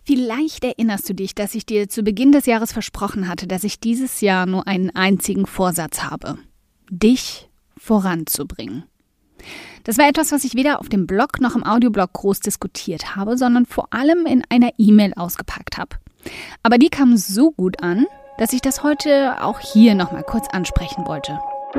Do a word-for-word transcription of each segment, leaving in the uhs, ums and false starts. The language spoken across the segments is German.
Vielleicht erinnerst du dich, dass ich dir zu Beginn des Jahres versprochen hatte, dass ich dieses Jahr nur einen einzigen Vorsatz habe: dich voranzubringen. Das war etwas, was ich weder auf dem Blog noch im Audioblog groß diskutiert habe, sondern vor allem in einer E-Mail ausgepackt habe. Aber die kam so gut an, dass ich das heute auch hier nochmal kurz ansprechen wollte.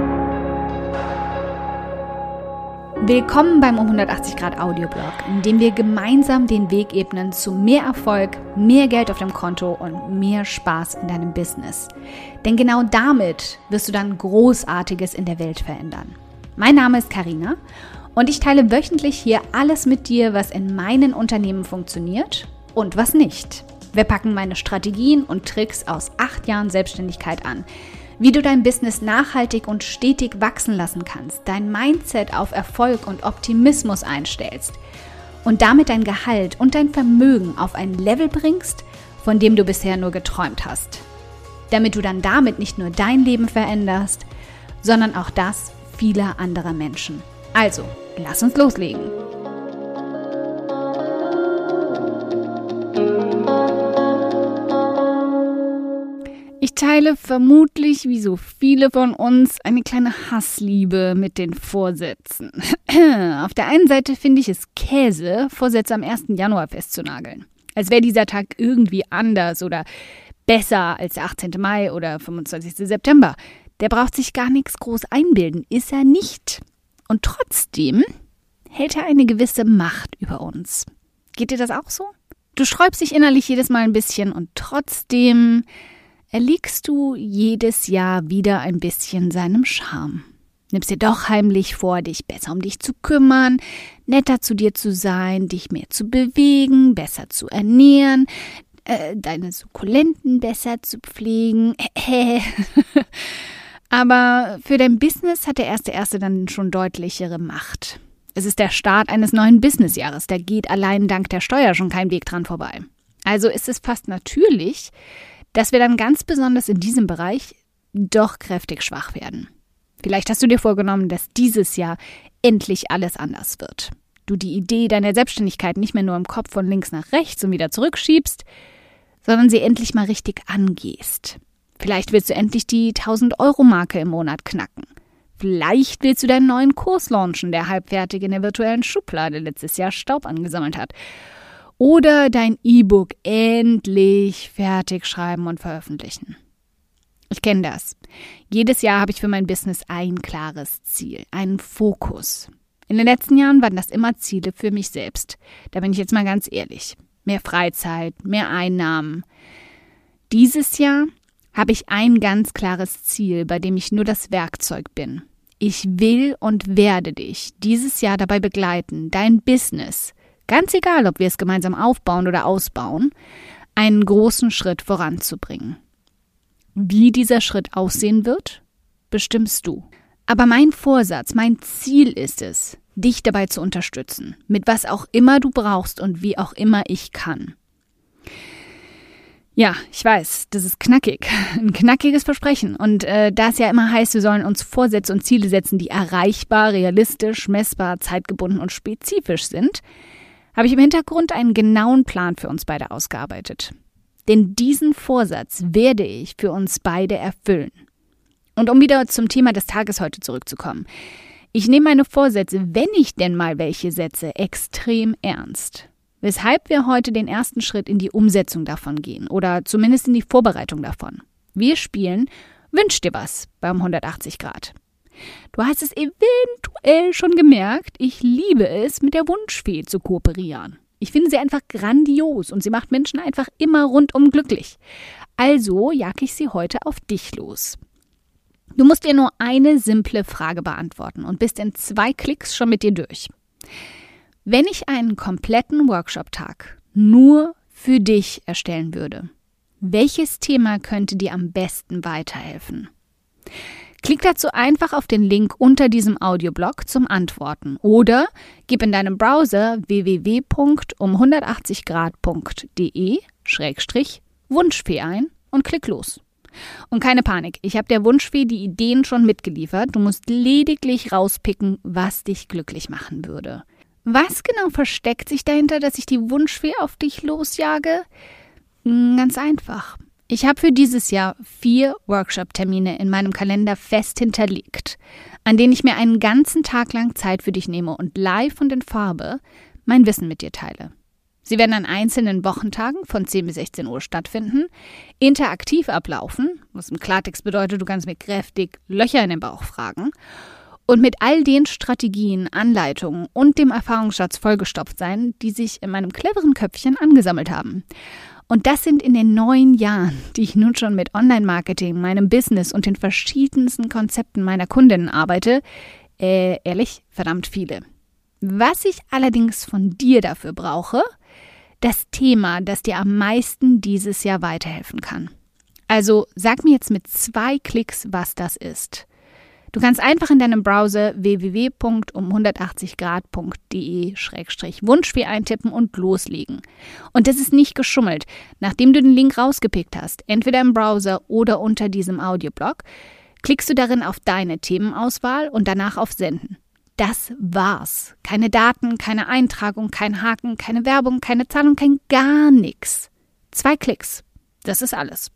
Willkommen beim um hundertachtzig Grad Audioblog, in dem wir gemeinsam den Weg ebnen zu mehr Erfolg, mehr Geld auf dem Konto und mehr Spaß in deinem Business. Denn genau damit wirst du dann Großartiges in der Welt verändern. Mein Name ist Carina und ich teile wöchentlich hier alles mit dir, was in meinen Unternehmen funktioniert und was nicht. Wir packen meine Strategien und Tricks aus acht Jahren Selbstständigkeit an, wie du dein Business nachhaltig und stetig wachsen lassen kannst, dein Mindset auf Erfolg und Optimismus einstellst und damit dein Gehalt und dein Vermögen auf ein Level bringst, von dem du bisher nur geträumt hast. Damit du dann damit nicht nur dein Leben veränderst, sondern auch das vieler anderer Menschen. Also, lass uns loslegen. Ich teile vermutlich, wie so viele von uns, eine kleine Hassliebe mit den Vorsätzen. Auf der einen Seite finde ich es Käse, Vorsätze am ersten Januar festzunageln. Als wäre dieser Tag irgendwie anders oder besser als der achtzehnten Mai oder fünfundzwanzigsten September. Der braucht sich gar nichts groß einbilden, ist er nicht. Und trotzdem hält er eine gewisse Macht über uns. Geht dir das auch so? Du sträubst dich innerlich jedes Mal ein bisschen und trotzdem erliegst du jedes Jahr wieder ein bisschen seinem Charme. Nimmst dir doch heimlich vor, dich besser um dich zu kümmern, netter zu dir zu sein, dich mehr zu bewegen, besser zu ernähren, äh, deine Sukkulenten besser zu pflegen. Aber für dein Business hat der erste Erste dann schon deutlichere Macht. Es ist der Start eines neuen Businessjahres. Da geht allein dank der Steuer schon kein Weg dran vorbei. Also ist es fast natürlich, dass wir dann ganz besonders in diesem Bereich doch kräftig schwach werden. Vielleicht hast du dir vorgenommen, dass dieses Jahr endlich alles anders wird. Du die Idee deiner Selbstständigkeit nicht mehr nur im Kopf von links nach rechts und wieder zurückschiebst, sondern sie endlich mal richtig angehst. Vielleicht willst du endlich die tausend-Euro-Marke im Monat knacken. Vielleicht willst du deinen neuen Kurs launchen, der halbfertig in der virtuellen Schublade letztes Jahr Staub angesammelt hat. Oder dein E-Book endlich fertig schreiben und veröffentlichen. Ich kenne das. Jedes Jahr habe ich für mein Business ein klares Ziel, einen Fokus. In den letzten Jahren waren das immer Ziele für mich selbst. Da bin ich jetzt mal ganz ehrlich. Mehr Freizeit, mehr Einnahmen. Dieses Jahr habe ich ein ganz klares Ziel, bei dem ich nur das Werkzeug bin. Ich will und werde dich dieses Jahr dabei begleiten, dein Business, ganz egal, ob wir es gemeinsam aufbauen oder ausbauen, einen großen Schritt voranzubringen. Wie dieser Schritt aussehen wird, bestimmst du. Aber mein Vorsatz, mein Ziel ist es, dich dabei zu unterstützen, mit was auch immer du brauchst und wie auch immer ich kann. Ja, ich weiß, das ist knackig, ein knackiges Versprechen. Und äh, da es ja immer heißt, wir sollen uns Vorsätze und Ziele setzen, die erreichbar, realistisch, messbar, zeitgebunden und spezifisch sind, habe ich im Hintergrund einen genauen Plan für uns beide ausgearbeitet. Denn diesen Vorsatz werde ich für uns beide erfüllen. Und um wieder zum Thema des Tages heute zurückzukommen. Ich nehme meine Vorsätze, wenn ich denn mal welche setze, extrem ernst. Weshalb wir heute den ersten Schritt in die Umsetzung davon gehen oder zumindest in die Vorbereitung davon. Wir spielen Wünsch dir was beim hundertachtzig Grad. Du hast es eventuell schon gemerkt, ich liebe es, mit der Wunschfee zu kooperieren. Ich finde sie einfach grandios und sie macht Menschen einfach immer rundum glücklich. Also jag ich sie heute auf dich los. Du musst dir nur eine simple Frage beantworten und bist in zwei Klicks schon mit dir durch. Wenn ich einen kompletten Workshop-Tag nur für dich erstellen würde, welches Thema könnte dir am besten weiterhelfen? Klick dazu einfach auf den Link unter diesem Audioblog zum Antworten oder gib in deinem Browser w w w punkt um hundertachtzig grad punkt d e Schrägstrich Wunschfee ein und klick los. Und keine Panik, ich habe der Wunschfee die Ideen schon mitgeliefert. Du musst lediglich rauspicken, was dich glücklich machen würde. Was genau versteckt sich dahinter, dass ich die Wunschfee auf dich losjage? Ganz einfach. Ich habe für dieses Jahr vier Workshop-Termine in meinem Kalender fest hinterlegt, an denen ich mir einen ganzen Tag lang Zeit für dich nehme und live und in Farbe mein Wissen mit dir teile. Sie werden an einzelnen Wochentagen von zehn bis sechzehn Uhr stattfinden, interaktiv ablaufen, was im Klartext bedeutet, du kannst mir kräftig Löcher in den Bauch fragen, und mit all den Strategien, Anleitungen und dem Erfahrungsschatz vollgestopft sein, die sich in meinem cleveren Köpfchen angesammelt haben. Und das sind in den neun Jahren, die ich nun schon mit Online-Marketing, meinem Business und den verschiedensten Konzepten meiner Kundinnen arbeite, äh, ehrlich, verdammt viele. Was ich allerdings von dir dafür brauche, das Thema, das dir am meisten dieses Jahr weiterhelfen kann. Also sag mir jetzt mit zwei Klicks, was das ist. Du kannst einfach in deinem Browser w w w punkt um hundertachtzig grad punkt d e Schrägstrich Wunschfee eintippen und loslegen. Und das ist nicht geschummelt. Nachdem du den Link rausgepickt hast, entweder im Browser oder unter diesem Audioblog, klickst du darin auf deine Themenauswahl und danach auf Senden. Das war's. Keine Daten, keine Eintragung, kein Haken, keine Werbung, keine Zahlung, kein gar nichts. Zwei Klicks. Das ist alles.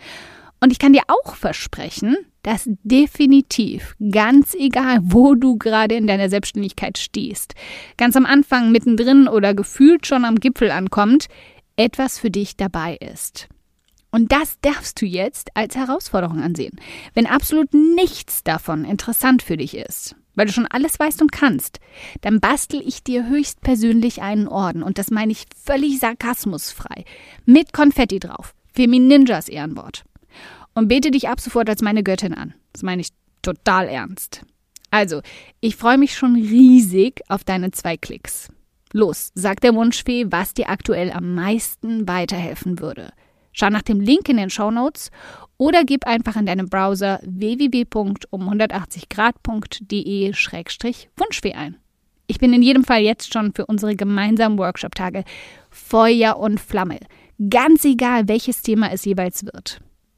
Und ich kann dir auch versprechen, dass definitiv, ganz egal, wo du gerade in deiner Selbstständigkeit stehst, ganz am Anfang, mittendrin oder gefühlt schon am Gipfel ankommt, etwas für dich dabei ist. Und das darfst du jetzt als Herausforderung ansehen, wenn absolut nichts davon interessant für dich ist. Weil du schon alles weißt und kannst, dann bastel ich dir höchstpersönlich einen Orden. Und das meine ich völlig sarkasmusfrei. Mit Konfetti drauf. Femininjas Ehrenwort. Und bete dich ab sofort als meine Göttin an. Das meine ich total ernst. Also, ich freue mich schon riesig auf deine zwei Klicks. Los, sag der Wunschfee, was dir aktuell am meisten weiterhelfen würde. Schau nach dem Link in den Shownotes oder gib einfach in deinem Browser w w w punkt um hundertachtzig grad punkt d e Schrägstrich Wunschfee ein. Ich bin in jedem Fall jetzt schon für unsere gemeinsamen Workshop-Tage Feuer und Flamme. Ganz egal, welches Thema es jeweils wird.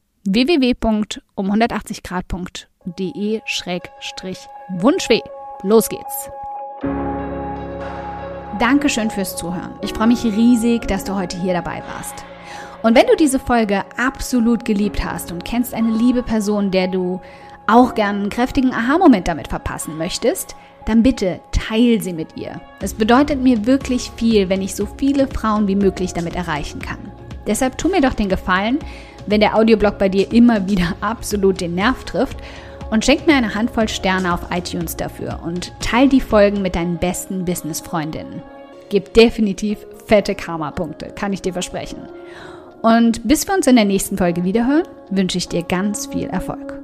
w w w punkt um hundertachtzig grad punkt d e Schrägstrich Wunschfee. Los geht's! Dankeschön fürs Zuhören. Ich freue mich riesig, dass du heute hier dabei warst. Und wenn du diese Folge absolut geliebt hast und kennst eine liebe Person, der du auch gern einen kräftigen Aha-Moment damit verpassen möchtest, dann bitte teil sie mit ihr. Es bedeutet mir wirklich viel, wenn ich so viele Frauen wie möglich damit erreichen kann. Deshalb tu mir doch den Gefallen, wenn der Audioblog bei dir immer wieder absolut den Nerv trifft, und schenk mir eine Handvoll Sterne auf iTunes dafür und teil die Folgen mit deinen besten Business-Freundinnen. Gib definitiv fette Karma-Punkte, kann ich dir versprechen. Und bis wir uns in der nächsten Folge wiederhören, wünsche ich dir ganz viel Erfolg.